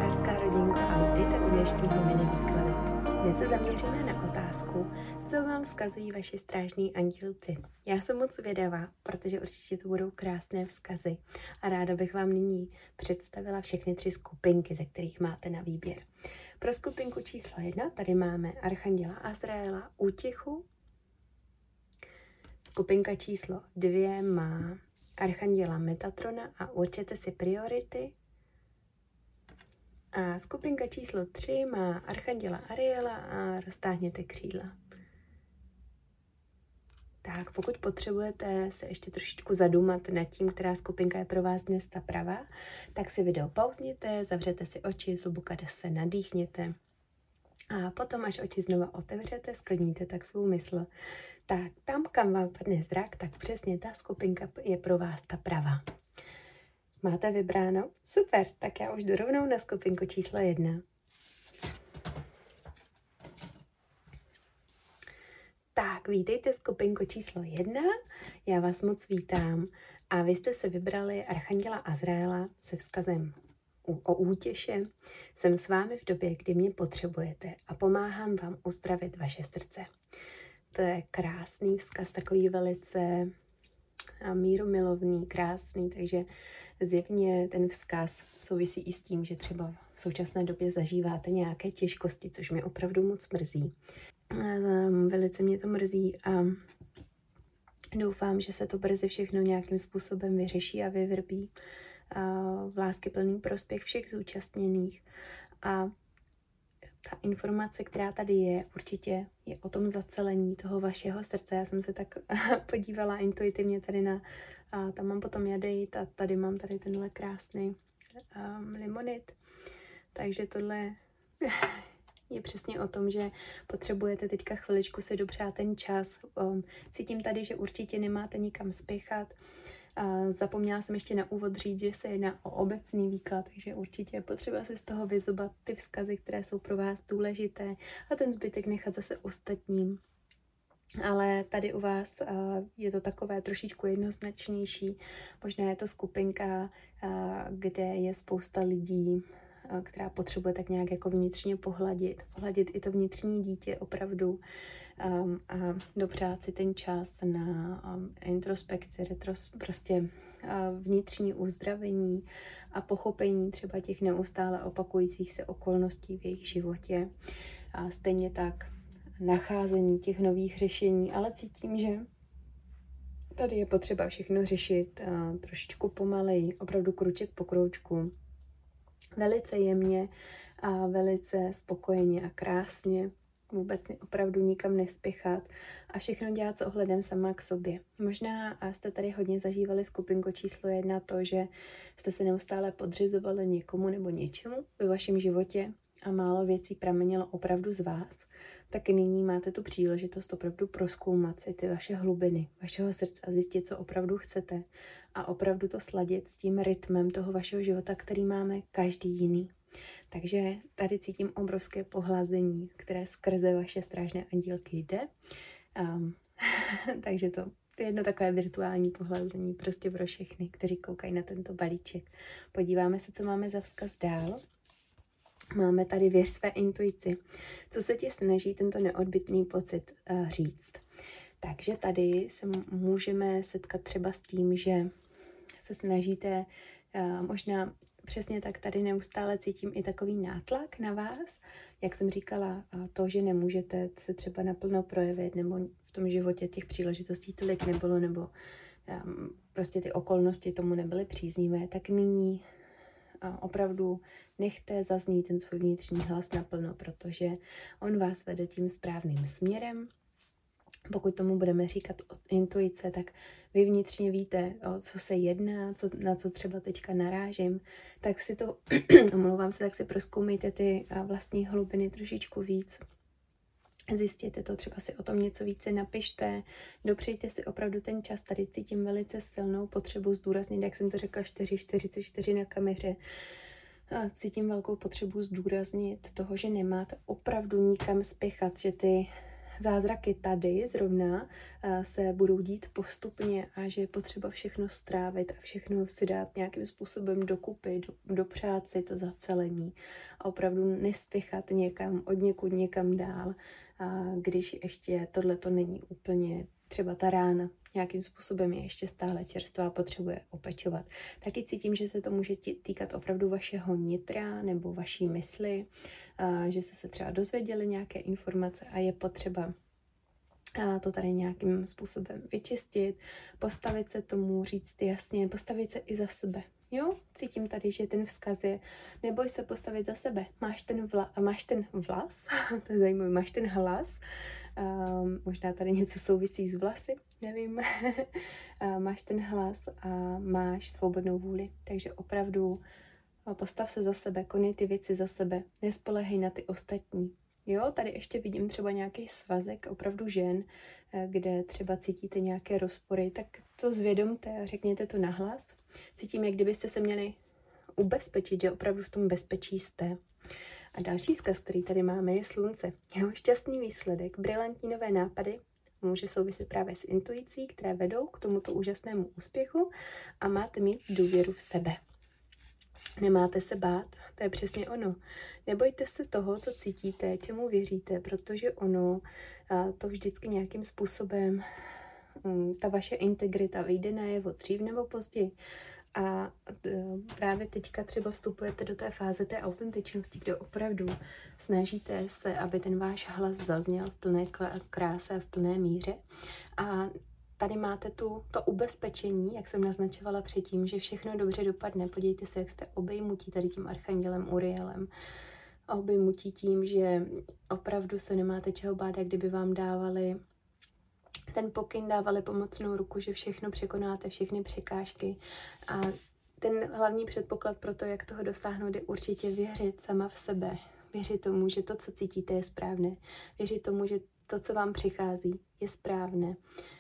Tahářská rodinko a vítejte u dnešního mini výkladu. Dnes se zaměříme na otázku, co vám vzkazují vaši strážní andělci. Já jsem moc zvědavá, protože určitě to budou krásné vzkazy a ráda bych vám nyní představila všechny 3 skupinky, ze kterých máte na výběr. Pro skupinku číslo 1 tady máme Archanděla Azraela, útěchu. Skupinka číslo 2 má Archanděla Metatrona a určete si priority. A skupinka číslo 3 má Archanděla Ariela a roztáhněte křídla. Tak, pokud potřebujete se ještě trošičku zadumat nad tím, která skupinka je pro vás dnes ta pravá, tak si video pauzněte, zavřete si oči, zhluboka se nadýchněte a potom, až oči znova otevřete, sklidníte tak svou mysl. Tak tam, kam vám padne zrak, tak přesně ta skupinka je pro vás ta pravá. Máte vybráno? Super, tak já už jdu rovnou na skupinku číslo 1. Tak, vítejte skupinku číslo 1, já vás moc vítám a vy jste se vybrali Archanděla Azraela se vzkazem o útěše. Jsem s vámi v době, kdy mě potřebujete a pomáhám vám uzdravit vaše srdce. To je krásný vzkaz, takový velice mírumilovný, krásný, takže zjevně ten vzkaz souvisí i s tím, že třeba v současné době zažíváte nějaké těžkosti, což mě opravdu moc mrzí. Velice mě to mrzí a doufám, že se to brzy všechno nějakým způsobem vyřeší a vyvrbí v láskyplný prospěch všech zúčastněných. A ta informace, která tady je, určitě je o tom zacelení toho vašeho srdce. Já jsem se tak podívala intuitivně tady tam mám potom jadejt a tady mám tady tenhle krásný limonit. Takže tohle je přesně o tom, že potřebujete teďka chviličku si dopřát ten čas. Cítím tady, že určitě nemáte nikam spěchat. Zapomněla jsem ještě na úvod říct, že se jedná o obecný výklad, takže určitě je potřeba si z toho vyzobat ty vzkazy, které jsou pro vás důležité a ten zbytek nechat zase ostatním. Ale tady u vás je to takové trošičku jednoznačnější. Možná je to skupinka, kde je spousta lidí, která potřebuje tak nějak jako vnitřně pohladit i to vnitřní dítě opravdu a dopřát si ten čas na introspekci, prostě vnitřní uzdravení a pochopení třeba těch neustále opakujících se okolností v jejich životě. A stejně tak nacházení těch nových řešení, ale cítím, že tady je potřeba všechno řešit trošičku pomaleji, opravdu kruček po kroučku. Velice jemně a velice spokojeně a krásně, vůbec opravdu nikam nespěchat a všechno dělat s ohledem sama k sobě. Možná jste tady hodně zažívali skupinku číslo 1 to, že jste se neustále podřizovali někomu nebo něčemu ve vašem životě a málo věcí pramenilo opravdu z vás, tak nyní máte tu příležitost opravdu prozkoumat si ty vaše hlubiny, vašeho srdce a zjistit, co opravdu chcete a opravdu to sladit s tím rytmem toho vašeho života, který máme každý jiný. Takže tady cítím obrovské pohlazení, které skrze vaše strážné andělky jde. Takže to je jedno takové virtuální pohlazení prostě pro všechny, kteří koukají na tento balíček. Podíváme se, co máme za vzkaz dál. Máme tady věř své intuici. Co se ti snaží tento neodbytný pocit říct? Takže tady se můžeme setkat třeba s tím, že se snažíte možná přesně tak tady neustále cítím i takový nátlak na vás. Jak jsem říkala, to, že nemůžete se třeba naplno projevit, nebo v tom životě těch příležitostí tolik nebylo, nebo prostě ty okolnosti tomu nebyly příznivé, tak nyní opravdu nechte zaznít ten svůj vnitřní hlas naplno, protože on vás vede tím správným směrem. Pokud tomu budeme říkat intuice, tak vy vnitřně víte, o co se jedná, na co třeba teďka narážím, tak si to, omlouvám se, tak si prozkoumejte ty vlastní hlubiny trošičku víc. Zjistěte to, třeba si o tom něco více napište, dopřejte si opravdu ten čas, tady cítím velice silnou potřebu zdůraznit, jak jsem to řekla, 4:44 na kameře, cítím velkou potřebu zdůraznit toho, že nemáte opravdu nikam spěchat, že ty zázraky tady zrovna se budou dít postupně a že je potřeba všechno strávit a všechno si dát nějakým způsobem dokupy, dopřát si to zacelení a opravdu nespěchat někam, od někud někam dál, když ještě tohle to není úplně, třeba ta rána nějakým způsobem je ještě stále čerstvá, potřebuje opečovat. Taky cítím, že se to může týkat opravdu vašeho nitra nebo vaší mysli, že jste se třeba dozvěděli nějaké informace a je potřeba to tady nějakým způsobem vyčistit, postavit se tomu, říct jasně, postavit se i za sebe. Jo, cítím tady, že ten vzkaz je, neboj se postavit za sebe, máš ten vlas, to je zajímavé, máš ten hlas, možná tady něco souvisí s vlasy, nevím, máš ten hlas a máš svobodnou vůli, takže opravdu postav se za sebe, konej ty věci za sebe, nespolehej na ty ostatní. Jo, tady ještě vidím třeba nějaký svazek opravdu žen, kde třeba cítíte nějaké rozpory, tak to zvědomte a řekněte to nahlas. Cítím, jak kdybyste se měli ubezpečit, že opravdu v tom bezpečí jste. A další vzkaz, který tady máme, je slunce. Jeho šťastný výsledek, brilantní nové nápady, může souviset právě s intuicí, které vedou k tomuto úžasnému úspěchu a máte mít důvěru v sebe. Nemáte se bát, to je přesně ono. Nebojte se toho, co cítíte, čemu věříte, protože ono to vždycky nějakým způsobem, ta vaše integrita vyjde najevo dřív nebo později. A právě teďka třeba vstupujete do té fáze té autentičnosti, kde opravdu snažíte se, aby ten váš hlas zazněl v plné kráse a v plné míře. A tady máte to ubezpečení, jak jsem naznačovala předtím, že všechno dobře dopadne. Podívejte se, jak jste obejmutí tady tím archandělem Urielem. Obejmutí tím, že opravdu se nemáte čeho bát, jak kdyby vám dávali ten pokyn, dávali pomocnou ruku, že všechno překonáte, všechny překážky. A ten hlavní předpoklad pro to, jak toho dosáhnout, je určitě věřit sama v sebe. Věřit tomu, že to, co cítíte, je správné. Věřit tomu, že to, co vám přichází, je správné.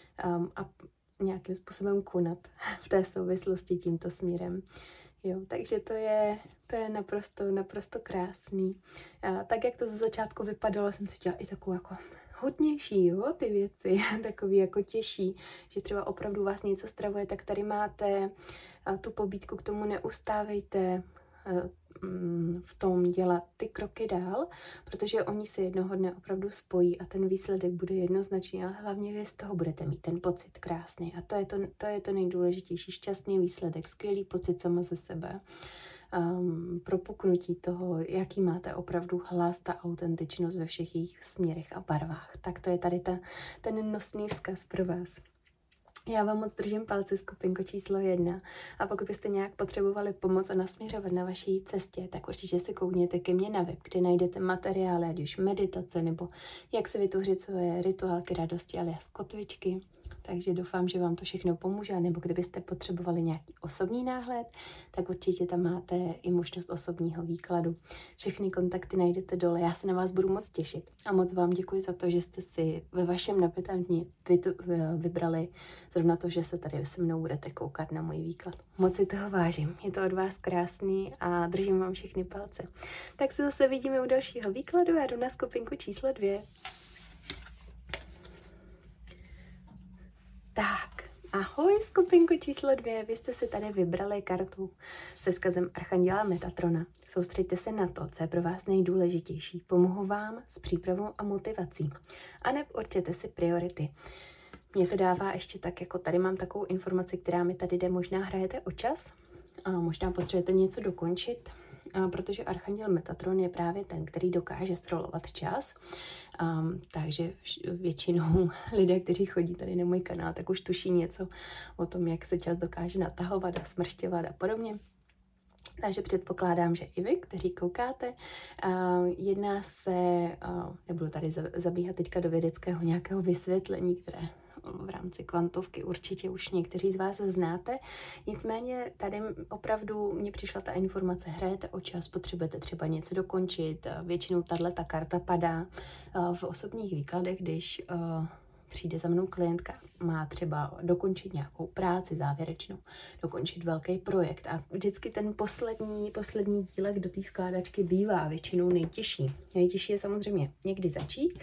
A nějakým způsobem konat v té souvislosti tímto směrem. Jo, takže to je naprosto krásný. Tak, jak to ze začátku vypadalo, jsem cítila i takovou jako hodnější, jo, ty věci, takový jako těžší, že třeba opravdu vás něco stravuje, tak tady máte tu pobídku k tomu, neustávejte v tom dělat ty kroky dál, protože oni se jednoho dne opravdu spojí a ten výsledek bude jednoznačný, ale hlavně vy z toho budete mít ten pocit krásný a to je to nejdůležitější, šťastný výsledek, skvělý pocit sama ze sebe, propuknutí toho, jaký máte opravdu hlas, ta autentičnost ve všech jejich směrech a barvách. Tak to je tady ten nosný vzkaz pro vás. Já vám moc držím palce, skupinko číslo 1. A pokud byste nějak potřebovali pomoc a nasměřovat na vaší cestě, tak určitě si koukněte ke mně na web, kde najdete materiály, ať už meditace, nebo jak si vytvořit svoje rituálky radosti alias kotvičky. Takže doufám, že vám to všechno pomůže, nebo kdybyste potřebovali nějaký osobní náhled, tak určitě tam máte i možnost osobního výkladu. Všechny kontakty najdete dole, já se na vás budu moc těšit. A moc vám děkuji za to, že jste si ve vašem nabitém dni vybrali zrovna to, že se tady se mnou budete koukat na můj výklad. Moc si toho vážím, je to od vás krásný a držím vám všechny palce. Tak se zase vidíme u dalšího výkladu a jdu na skupinku číslo 2. Tak, ahoj skupinku číslo 2, vy jste si tady vybrali kartu se vzkazem Archanděla Metatrona. Soustřeďte se na to, co je pro vás nejdůležitější. Pomohu vám s přípravou a motivací. A neb určete si priority. Mně to dává ještě tak, jako tady mám takovou informaci, která mi tady jde, možná hrajete o čas, a možná potřebujete něco dokončit, protože Archanděl Metatron je právě ten, který dokáže strolovat čas. Takže většinou lidé, kteří chodí tady na můj kanál, tak už tuší něco o tom, jak se čas dokáže natahovat a smršťovat a podobně. Takže předpokládám, že i vy, kteří koukáte, jedná se, nebudu tady zabíhat teďka do vědeckého nějakého vysvětlení, které v rámci kvantovky určitě už někteří z vás znáte. Nicméně tady opravdu mně přišla ta informace, hrajete o čas, potřebujete třeba něco dokončit. Většinou tato karta padá v osobních výkladech, když přijde za mnou klientka, má třeba dokončit nějakou práci závěrečnou, dokončit velký projekt a vždycky ten poslední dílek do té skládačky bývá většinou nejtěžší. Nejtěžší je samozřejmě někdy začít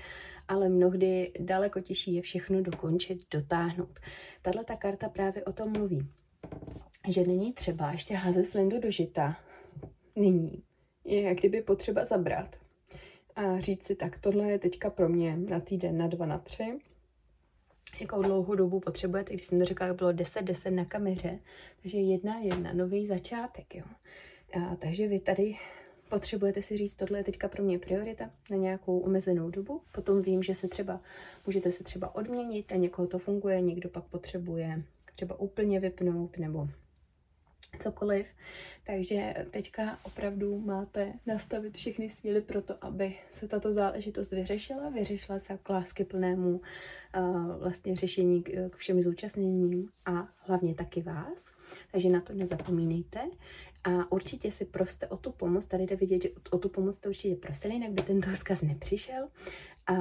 ale mnohdy daleko těžší je všechno dokončit, dotáhnout. Tahle ta karta právě o tom mluví, že není třeba ještě házet flintu do žita. Nyní je jak kdyby potřeba zabrat a říct si, tak tohle je teďka pro mě na týden, na 2, na 3. Jakou dlouhou dobu potřebujete, když jsem to řekla, bylo 10 na kameře, takže 1, nový začátek, jo. Takže vy tady potřebujete si říct, tohle je teďka pro mě priorita na nějakou omezenou dobu. Potom vím, že můžete se třeba odměnit, a někoho to funguje, někdo pak potřebuje třeba úplně vypnout nebo cokoliv. Takže teďka opravdu máte nastavit všechny síly pro to, aby se tato záležitost vyřešila. Vyřešila se k láskyplnému vlastně řešení k všem zúčastněním a hlavně taky vás. Takže na to nezapomínejte. A určitě si proste o tu pomoc. Tady jde vidět, že o tu pomoc jste určitě prosili, jinak by tento vzkaz nepřišel. A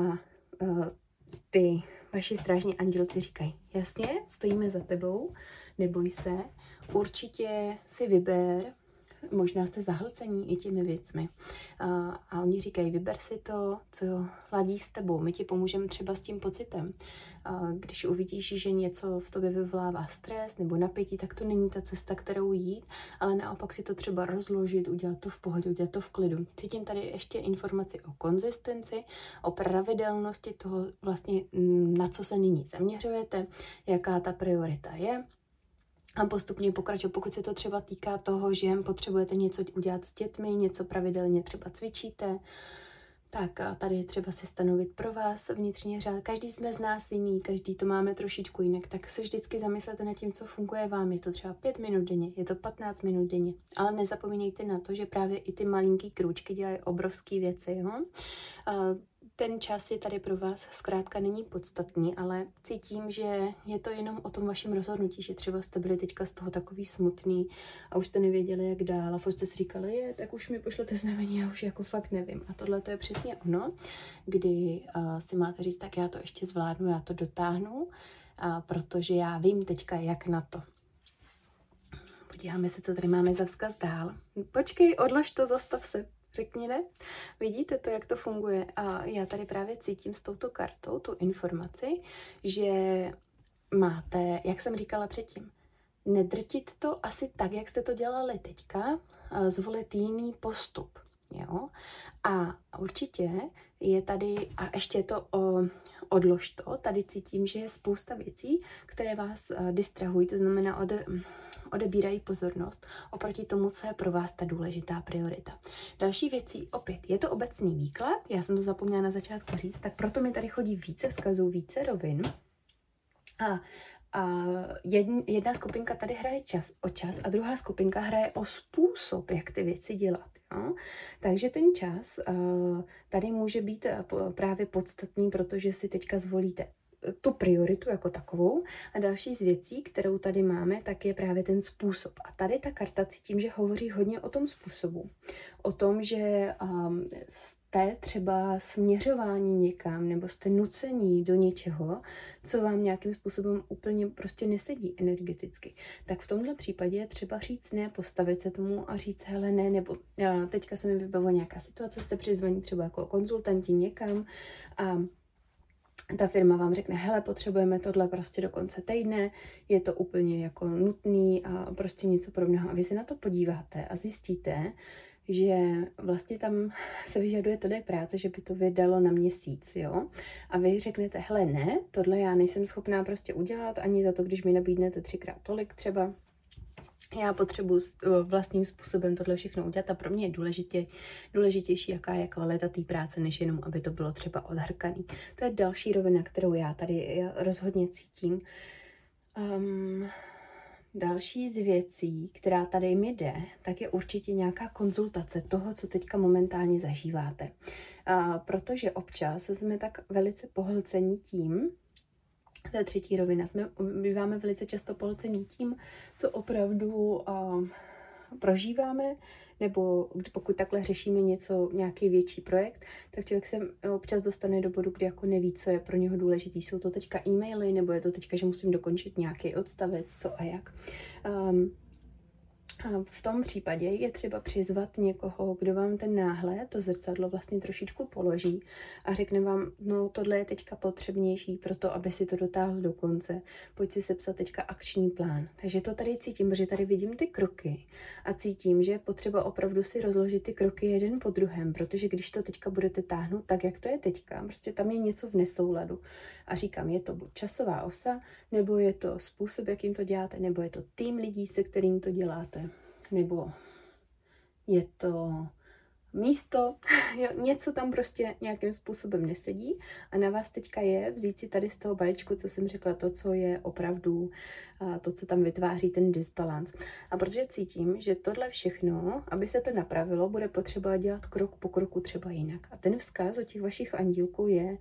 ty vaši strážní andělci říkají, jasně, stojíme za tebou, neboj se, určitě si vyber, možná jste zahlcení i těmi věcmi. A oni říkají, vyber si to, co ladí s tebou, my ti pomůžeme třeba s tím pocitem. Když uvidíš, že něco v tobě vyvolává stres nebo napětí, tak to není ta cesta, kterou jít, ale naopak si to třeba rozložit, udělat to v pohodě, udělat to v klidu. Cítím tady ještě informaci o konzistenci, o pravidelnosti toho vlastně, na co se nyní zaměřujete, jaká ta priorita je. A postupně pokračuju, pokud se to třeba týká toho, že potřebujete něco udělat s dětmi, něco pravidelně třeba cvičíte, tak tady je třeba si stanovit pro vás vnitřní řád. Každý jsme z nás jiný, každý to máme trošičku jinak, tak se vždycky zamyslete nad tím, co funguje vám. Je to třeba 5 minut denně, je to 15 minut denně, ale nezapomínejte na to, že právě i ty malinký krůčky dělají obrovské věci. Jo? Ten čas je tady pro vás zkrátka není podstatný, ale cítím, že je to jenom o tom vašem rozhodnutí, že třeba jste byli teďka z toho takový smutný a už jste nevěděli, jak dál a furt jste si říkali, tak už mi pošlete znamení, já už jako fakt nevím. A tohle to je přesně ono, kdy si máte říct, tak já to ještě zvládnu, já to dotáhnu, protože já vím teďka, jak na to. Podíváme se, co tady máme za vzkaz dál. Počkej, odlož to, zastav se. Řekněte, vidíte to, jak to funguje a já tady právě cítím s touto kartou tu informaci, že máte, jak jsem říkala předtím, nedrtit to asi tak, jak jste to dělali teďka, zvolit jiný postup. Jo? A určitě je tady, a ještě to odlož to, tady cítím, že je spousta věcí, které vás distrahují, to znamená odebírají pozornost oproti tomu, co je pro vás ta důležitá priorita. Další věcí, opět, je to obecný výklad, já jsem to zapomněla na začátku říct, tak proto mi tady chodí více vzkazů, více rovin. A jedna skupinka tady hraje o čas a druhá skupinka hraje o způsob, jak ty věci dělat. Jo? Takže ten čas tady může být právě podstatný, protože si teďka zvolíte tu prioritu jako takovou a další z věcí, kterou tady máme, tak je právě ten způsob. A tady ta karta cítím, že hovoří hodně o tom způsobu. O tom, že jste třeba směřování někam nebo jste nucení do něčeho, co vám nějakým způsobem úplně prostě nesedí energeticky. Tak v tomhle případě je třeba říct ne, postavit se tomu a říct hele ne, nebo teďka se mi vybavila nějaká situace, jste přizvaní třeba jako konzultanti někam a ta firma vám řekne, hele, potřebujeme tohle prostě do konce týdne, je to úplně jako nutný a prostě něco podobného. A vy se na to podíváte a zjistíte, že vlastně tam se vyžaduje tolik práce, že by to vydalo na měsíc, jo. A vy řeknete, hele, ne, tohle já nejsem schopná prostě udělat, ani za to, když mi nabídnete 3x tolik třeba. Já potřebuji vlastním způsobem tohle všechno udělat a pro mě je důležitější, jaká je kvalita té práce, než jenom, aby to bylo třeba odhrkaný. To je další rovina, kterou já tady rozhodně cítím. Další z věcí, která tady mi jde, tak je určitě nějaká konzultace toho, co teďka momentálně zažíváte. Protože občas jsme tak velice pohlcení tím, to je třetí rovina. Býváme velice často pohlcení tím, co opravdu prožíváme, nebo pokud takhle řešíme nějaký větší projekt, tak člověk se občas dostane do bodu, kdy jako neví, co je pro něho důležitý. Jsou to teďka e-maily, nebo je to teďka, že musím dokončit nějaký odstavec, co a jak. A v tom případě je třeba přizvat někoho, kdo vám ten náhled, to zrcadlo vlastně trošičku položí a řekne vám, no tohle je teďka potřebnější pro to, aby si to dotáhl do konce. Pojď si sepsat teďka akční plán. Takže to tady cítím, protože tady vidím ty kroky a cítím, že je potřeba opravdu si rozložit ty kroky jeden po druhém, protože když to teďka budete táhnout tak, jak to je teďka, prostě tam je něco v nesouladu. A říkám, je to buď časová osa, nebo je to způsob, jakým to děláte, nebo je to tým lidí, se kterým to děláte, nebo je to místo, jo, něco tam prostě nějakým způsobem nesedí a na vás teďka je vzít si tady z toho balíčku, co jsem řekla, to, co je opravdu, to, co tam vytváří ten disbalans. A protože cítím, že tohle všechno, aby se to napravilo, bude potřeba dělat krok po kroku třeba jinak. A ten vzkaz od těch vašich andílků je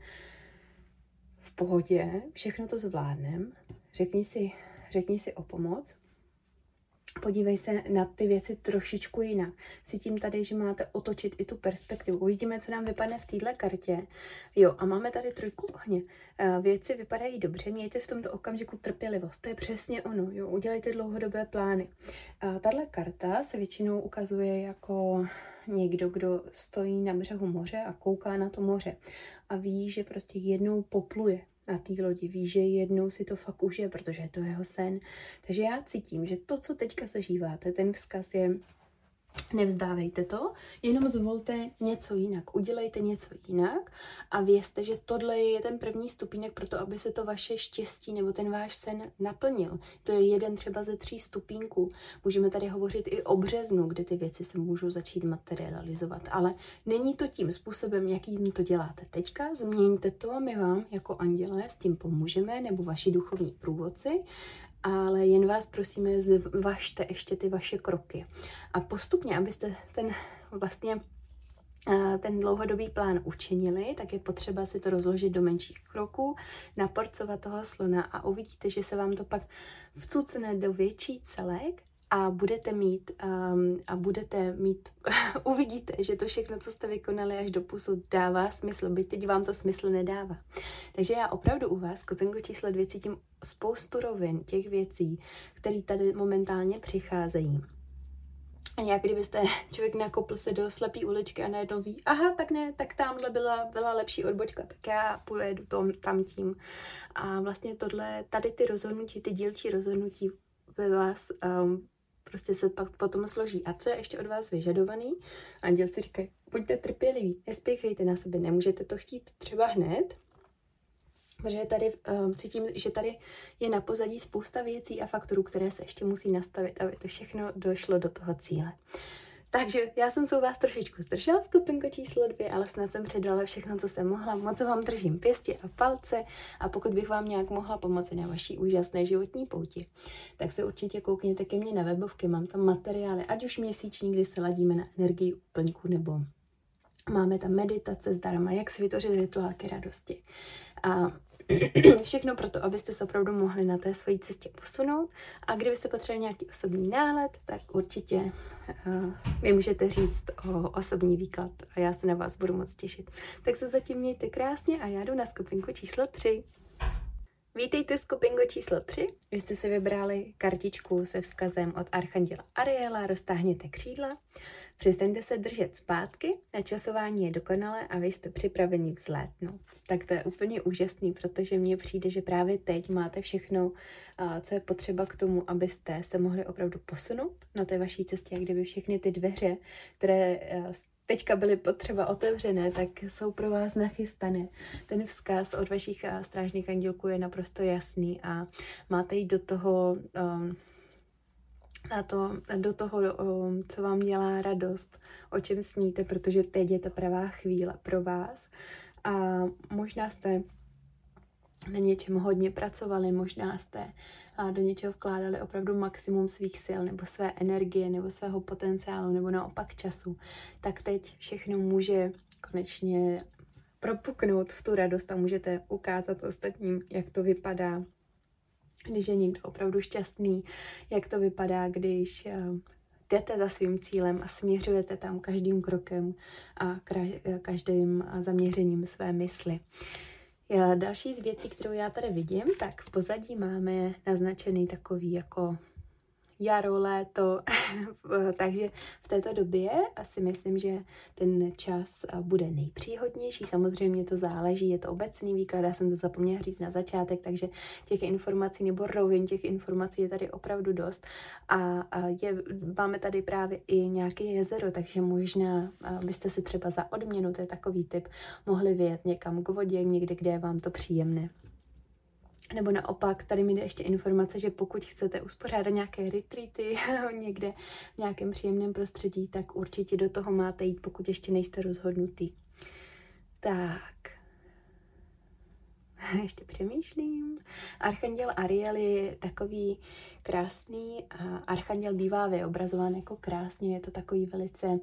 v pohodě, všechno to zvládnem, řekni si o pomoc, podívej se na ty věci trošičku jinak. Cítím tady, že máte otočit i tu perspektivu. Uvidíme, co nám vypadne v téhle kartě. Jo, a máme tady trojku ohně. Věci vypadají dobře, mějte v tomto okamžiku trpělivost. To je přesně ono. Jo, udělejte dlouhodobé plány. Tahle karta se většinou ukazuje jako někdo, kdo stojí na břehu moře a kouká na to moře a ví, že prostě jednou popluje na té lodi, ví, že jednou si to fakt užije, protože je to jeho sen. Takže já cítím, že to, co teďka zažíváte, ten vzkaz je, nevzdávejte to, jenom zvolte něco jinak, udělejte něco jinak a vězte, že tohle je ten první stupínek pro to, aby se to vaše štěstí nebo ten váš sen naplnil. To je jeden třeba ze 3 stupínků. Můžeme tady hovořit i o březnu, kde ty věci se můžou začít materializovat, ale není to tím způsobem, jakým to děláte teďka. Změňte to, my vám jako andělé s tím pomůžeme, nebo vaši duchovní průvodci, ale jen vás prosíme, zvažte ještě ty vaše kroky. A postupně, abyste ten dlouhodobý plán učinili, tak je potřeba si to rozložit do menších kroků, naporcovat toho slona a uvidíte, že se vám to pak vcucne do větší celek a budete mít, uvidíte, že to všechno, co jste vykonali až doposud, dává smysl, byť teď vám to smysl nedává. Takže já opravdu u vás, skupinku číslo 2, cítím spoustu rovin těch věcí, které tady momentálně přicházejí. A nějak kdybyste člověk nakopl se do slepý uličky a najednou ví, aha, tak ne, tak tamhle byla lepší odbočka, tak já pojedu tam tím. A vlastně tady ty rozhodnutí, ty dílčí rozhodnutí ve vás prostě se pak potom složí. A co je ještě od vás vyžadovaný? Andělci říkají, buďte trpěliví, nespěchejte na sebe, nemůžete to chtít třeba hned, protože tady cítím, že tady je na pozadí spousta věcí a faktorů, které se ještě musí nastavit, aby to všechno došlo do toho cíle. Takže já jsem se u vás trošičku zdržela, skupinko číslo 2, ale snad jsem předala všechno, co jsem mohla. Moc vám držím pěstě a palce a pokud bych vám nějak mohla pomoci na vaší úžasné životní pouti, tak se určitě koukněte ke mně na webovky, mám tam materiály, ať už měsíční, kdy se ladíme na energii úplňku, nebo máme tam meditace zdarma, jak si vytvořit rituálky radosti. A všechno proto, abyste se opravdu mohli na té své cestě posunout. A kdybyste potřebovali nějaký osobní náhled, tak určitě mi můžete říct o osobní výklad a já se na vás budu moc těšit. Tak se zatím mějte krásně a já jdu na skupinku číslo 3. Vítejte skupinko číslo 3. Vy jste si vybrali kartičku se vzkazem od archanděla Ariela, roztáhněte křídla, přestaňte se držet zpátky, načasování je dokonalé a vy jste připraveni vzlétnout. Tak to je úplně úžasný, protože mně přijde, že právě teď máte všechno, co je potřeba k tomu, abyste se mohli opravdu posunout na té vaší cestě, jak kdyby všechny ty dveře, které teďka byly potřeba otevřené, tak jsou pro vás nachystané. Ten vzkaz od vašich strážných andělků je naprosto jasný a máte jít do toho, co vám dělá radost, o čem sníte, protože teď je ta pravá chvíle pro vás. A možná jste na něčem hodně pracovali, možná jste do něčeho vkládali opravdu maximum svých sil, nebo své energie, nebo svého potenciálu, nebo naopak času, tak teď všechno může konečně propuknout v tu radost a můžete ukázat ostatním, jak to vypadá, když je někdo opravdu šťastný, jak to vypadá, když jdete za svým cílem a směřujete tam každým krokem a každým zaměřením své mysli. Další z věcí, kterou já tady vidím, tak v pozadí máme naznačený takový jako jaro, léto, takže v této době asi myslím, že ten čas bude nejpříhodnější. Samozřejmě to záleží, je to obecný výklad, já jsem to zapomněla říct na začátek, takže těch informací nebo rovin těch informací je tady opravdu dost a máme tady právě i nějaké jezero, takže možná byste si třeba za odměnu, to je takový tip, mohli vyjet někam k vodě, někde, kde je vám to příjemné. Nebo naopak, tady mi jde ještě informace, že pokud chcete uspořádat nějaké retreaty někde v nějakém příjemném prostředí, tak určitě do toho máte jít, pokud ještě nejste rozhodnutý. Tak. Ještě přemýšlím. Archanděl Ariel je takový krásný a archanděl bývá vyobrazován jako krásně, je to takový velice,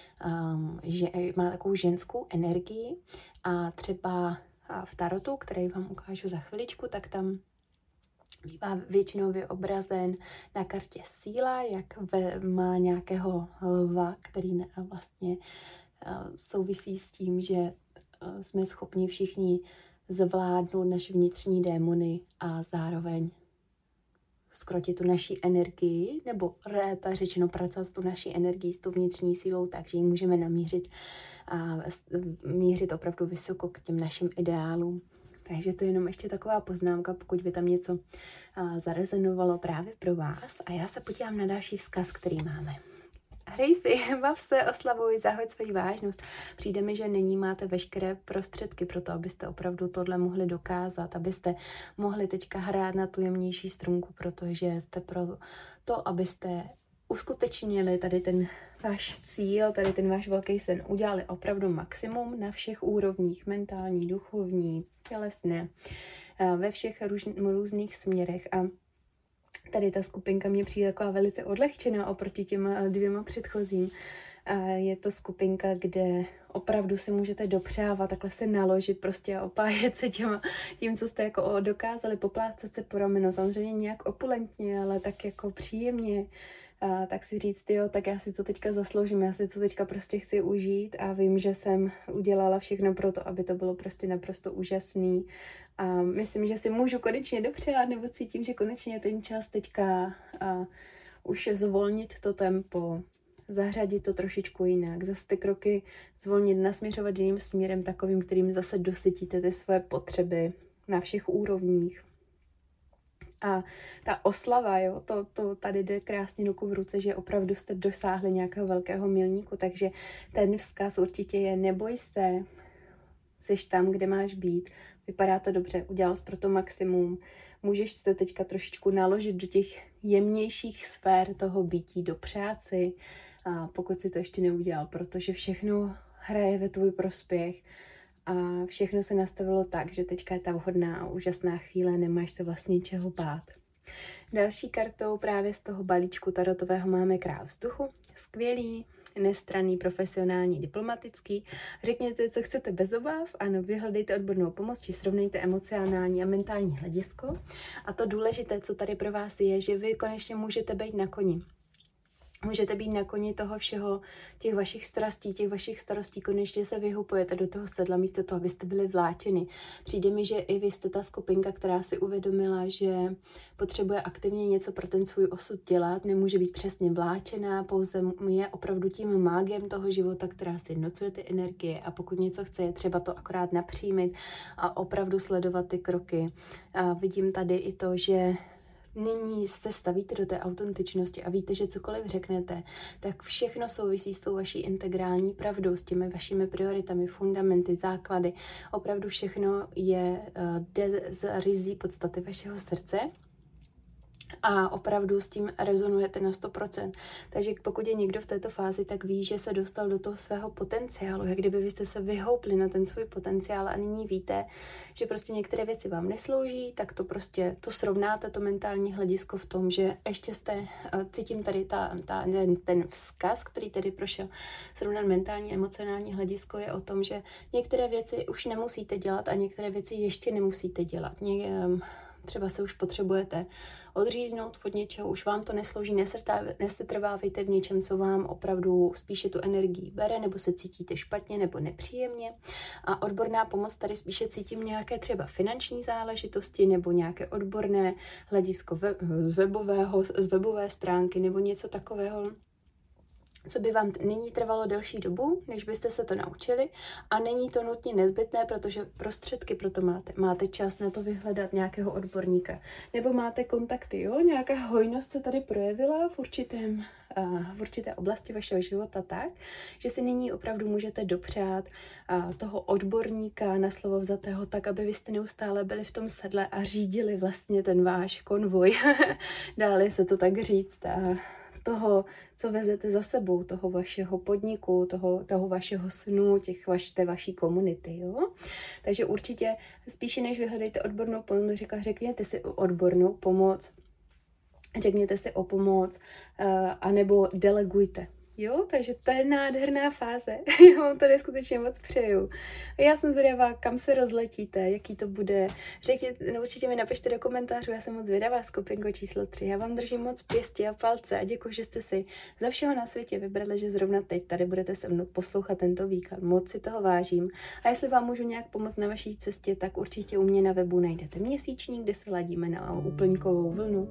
má takovou ženskou energii a třeba v tarotu, který vám ukážu za chviličku, tak tam bývá většinou vyobrazen na kartě síla, jak má nějakého lva, který vlastně souvisí s tím, že jsme schopni všichni zvládnout naše vnitřní démony a zároveň zkrotit tu naší energii, nebo lépe řečeno pracovat s tu naší energií, s tou vnitřní sílou, takže ji můžeme namířit a mířit opravdu vysoko k těm našim ideálům. Takže to je jenom ještě taková poznámka, pokud by tam něco zarezonovalo právě pro vás. A já se podívám na další vzkaz, který máme. Hrej si, bav se, oslavuj, zahoď svoji vážnost. Přijde mi, že nyní máte veškeré prostředky pro to, abyste opravdu tohle mohli dokázat, abyste mohli teďka hrát na tu jemnější strunku, protože jste pro to, abyste uskutečnili tady ten váš cíl, tady ten váš velký sen, udělali opravdu maximum na všech úrovních, mentální, duchovní, tělesné, ve všech různých směrech a tady ta skupinka mě přijde taková velice odlehčená oproti těma dvěma předchozím. Je to skupinka, kde opravdu si můžete dopřávat, takhle se naložit prostě a opájet se tím, co jste jako dokázali, poplácat se po rameno, samozřejmě nějak opulentně, ale tak jako příjemně. Tak si říct, jo, tak já si to teďka zasloužím, já si to teďka prostě chci užít a vím, že jsem udělala všechno pro to, aby to bylo prostě naprosto úžasný. A myslím, že si můžu konečně dopřát, nebo cítím, že konečně je ten čas teďka už zvolnit to tempo, zařadit to trošičku jinak, zase ty kroky zvolnit, nasměřovat jiným směrem takovým, kterým zase dosytíte ty svoje potřeby na všech úrovních. A ta oslava, jo, to tady jde krásně ruku v ruce, že opravdu jste dosáhli nějakého velkého milníku, takže ten vzkaz určitě je neboj se, jsi tam, kde máš být, vypadá to dobře, udělal jsi pro to maximum, můžeš se teďka trošičku naložit do těch jemnějších sfér toho bytí, do práci, a pokud si to ještě neudělal, protože všechno hraje ve tvůj prospěch, a všechno se nastavilo tak, že teďka je ta vhodná a úžasná chvíle, nemáš se vlastně čeho bát. Další kartou právě z toho balíčku tarotového máme král vzduchu. Skvělý, nestranný, profesionální, diplomatický. Řekněte, co chcete bez obav, ano, vyhledejte odbornou pomoc, či srovnejte emocionální a mentální hledisko. A to důležité, co tady pro vás je, že vy konečně můžete být na koni. Můžete být na koni toho všeho, těch vašich strastí, těch vašich starostí, konečně se vyhupujete do toho sedla místo toho, abyste byli vláčeni. Přijde mi, že i vy jste ta skupinka, která si uvědomila, že potřebuje aktivně něco pro ten svůj osud dělat, nemůže být přesně vláčená, pouze je opravdu tím mágem toho života, která si jednocuje ty energie a pokud něco chce, je třeba to akorát napřímit a opravdu sledovat ty kroky. A vidím tady i to, že nyní se stavíte do té autentičnosti a víte, že cokoliv řeknete, tak všechno souvisí s tou vaší integrální pravdou, s těmi vašimi prioritami, fundamenty, základy. Opravdu všechno jde z rizí podstaty vašeho srdce a opravdu s tím rezonujete na 100%. Takže pokud je někdo v této fázi, tak ví, že se dostal do toho svého potenciálu, jak kdyby vy jste se vyhoupli na ten svůj potenciál a nyní víte, že prostě některé věci vám neslouží, tak to prostě to srovnáte, to mentální hledisko v tom, že ještě cítím tady ten vzkaz, který tady prošel, srovnat mentální, emocionální hledisko je o tom, že některé věci už nemusíte dělat a některé věci ještě nemusíte dělat. Třeba se už potřebujete odříznout od něčeho, už vám to neslouží, nesetrvávejte v něčem, co vám opravdu spíše tu energii bere, nebo se cítíte špatně nebo nepříjemně. A odborná pomoc tady spíše cítím nějaké třeba finanční záležitosti nebo nějaké odborné hledisko z webové stránky nebo něco takového, co by vám nyní trvalo delší dobu, než byste se to naučili, a není to nutně nezbytné, protože prostředky pro to máte. Máte čas na to vyhledat nějakého odborníka, nebo máte kontakty, jo? Nějaká hojnost se tady projevila v určité oblasti vašeho života tak, že si nyní opravdu můžete dopřát toho odborníka na slovo vzatého tak, aby vy jste neustále byli v tom sedle a řídili vlastně ten váš konvoj. Dále se to tak říct, toho, co vezete za sebou, toho vašeho podniku, toho vašeho snu, té vaší komunity, jo? Takže určitě spíše než vyhledejte odbornou pomoc, řekněte si o odbornou pomoc, řekněte si o pomoc, anebo delegujte. Jo, takže to je nádherná fáze. Já vám to neskutečně moc přeju. Já jsem zvědavá, kam se rozletíte, jaký to bude. Určitě mi napište do komentářů, já jsem moc zvědavá, skupinko číslo 3. Já vám držím moc pěstí a palce a děkuji, že jste si za všeho na světě vybrali, že zrovna teď tady budete se mnou poslouchat tento výklad. Moc si toho vážím. A jestli vám můžu nějak pomoct na vaší cestě, tak určitě u mě na webu najdete měsíčník, kde se ladíme na úplňkovou vlnu.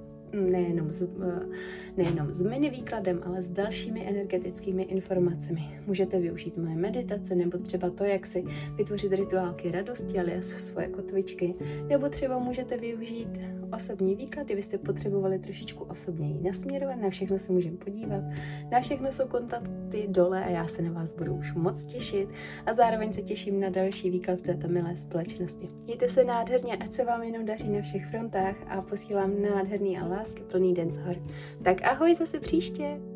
Nejenom s mini výkladem, ale s dalšími energetickými informacemi. Můžete využít moje meditace, nebo třeba to, jak si vytvořit rituálky radosti, alias svoje kotvičky, nebo třeba můžete využít osobní výklad, kdybyste potřebovali trošičku osobněji nasměrovat, na všechno se můžeme podívat, na všechno jsou kontakty dole a já se na vás budu už moc těšit a zároveň se těším na další výklad v této milé společnosti. Mějte se nádherně, ať se vám jenom daří na všech frontách a posílám nádherný a láskyplný den z hor. Tak ahoj zase příště!